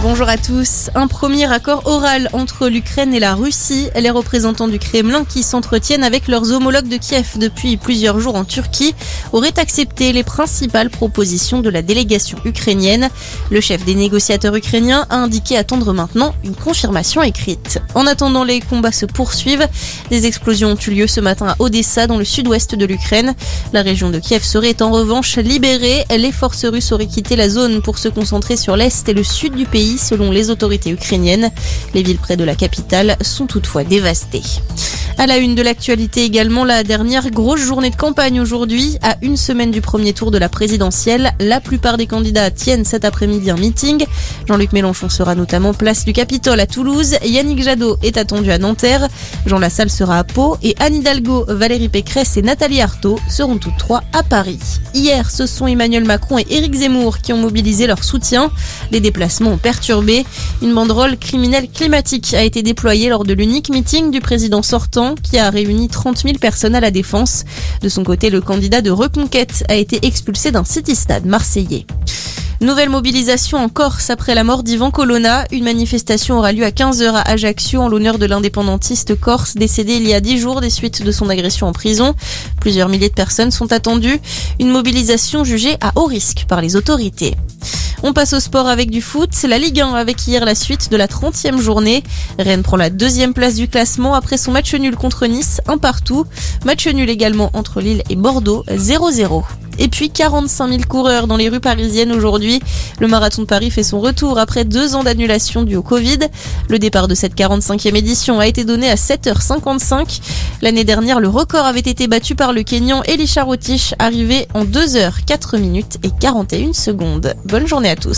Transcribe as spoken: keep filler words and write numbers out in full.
Bonjour à tous. Un premier accord oral entre l'Ukraine et la Russie. Les représentants du Kremlin qui s'entretiennent avec leurs homologues de Kiev depuis plusieurs jours en Turquie auraient accepté les principales propositions de la délégation ukrainienne. Le chef des négociateurs ukrainiens a indiqué attendre maintenant une confirmation écrite. En attendant, les combats se poursuivent. Des explosions ont eu lieu ce matin à Odessa, dans le sud-ouest de l'Ukraine. La région de Kiev serait en revanche libérée. Les forces russes auraient quitté la zone pour se concentrer sur l'est et le sud du pays, selon les autorités ukrainiennes. Les villes près de la capitale sont toutefois dévastées. À la une de l'actualité également, la dernière grosse journée de campagne aujourd'hui. À une semaine du premier tour de la présidentielle, la plupart des candidats tiennent cet après-midi un meeting. Jean-Luc Mélenchon sera notamment place du Capitole à Toulouse. Yannick Jadot est attendu à Nanterre. Jean Lassalle sera à Pau. Et Anne Hidalgo, Valérie Pécresse et Nathalie Arthaud seront toutes trois à Paris. Hier, ce sont Emmanuel Macron et Éric Zemmour qui ont mobilisé leur soutien. Les déplacements ont perturbé. Une banderole criminelle climatique a été déployée lors de l'unique meeting du président sortant, qui a réuni trente mille personnes à la Défense. De son côté, le candidat de Reconquête a été expulsé d'un city-stade marseillais. Nouvelle mobilisation en Corse après la mort d'Ivan Colonna. Une manifestation aura lieu à quinze heures à Ajaccio en l'honneur de l'indépendantiste corse décédé il y a dix jours des suites de son agression en prison. Plusieurs milliers de personnes sont attendues. Une mobilisation jugée à haut risque par les autorités. On passe au sport avec du foot. La Ligue un avec hier la suite de la trentième journée. Rennes prend la deuxième place du classement après son match nul contre Nice, un partout. Match nul également entre Lille et Bordeaux, zéro zéro. Et puis quarante-cinq mille coureurs dans les rues parisiennes aujourd'hui. Le marathon de Paris fait son retour après deux ans d'annulation due au Covid. Le départ de cette quarante-cinquième édition a été donné à sept heures cinquante-cinq. L'année dernière, le record avait été battu par le Kényan Elisha Rotich, arrivé en deux heures quatre minutes et quarante et une secondes. Bonne journée à tous.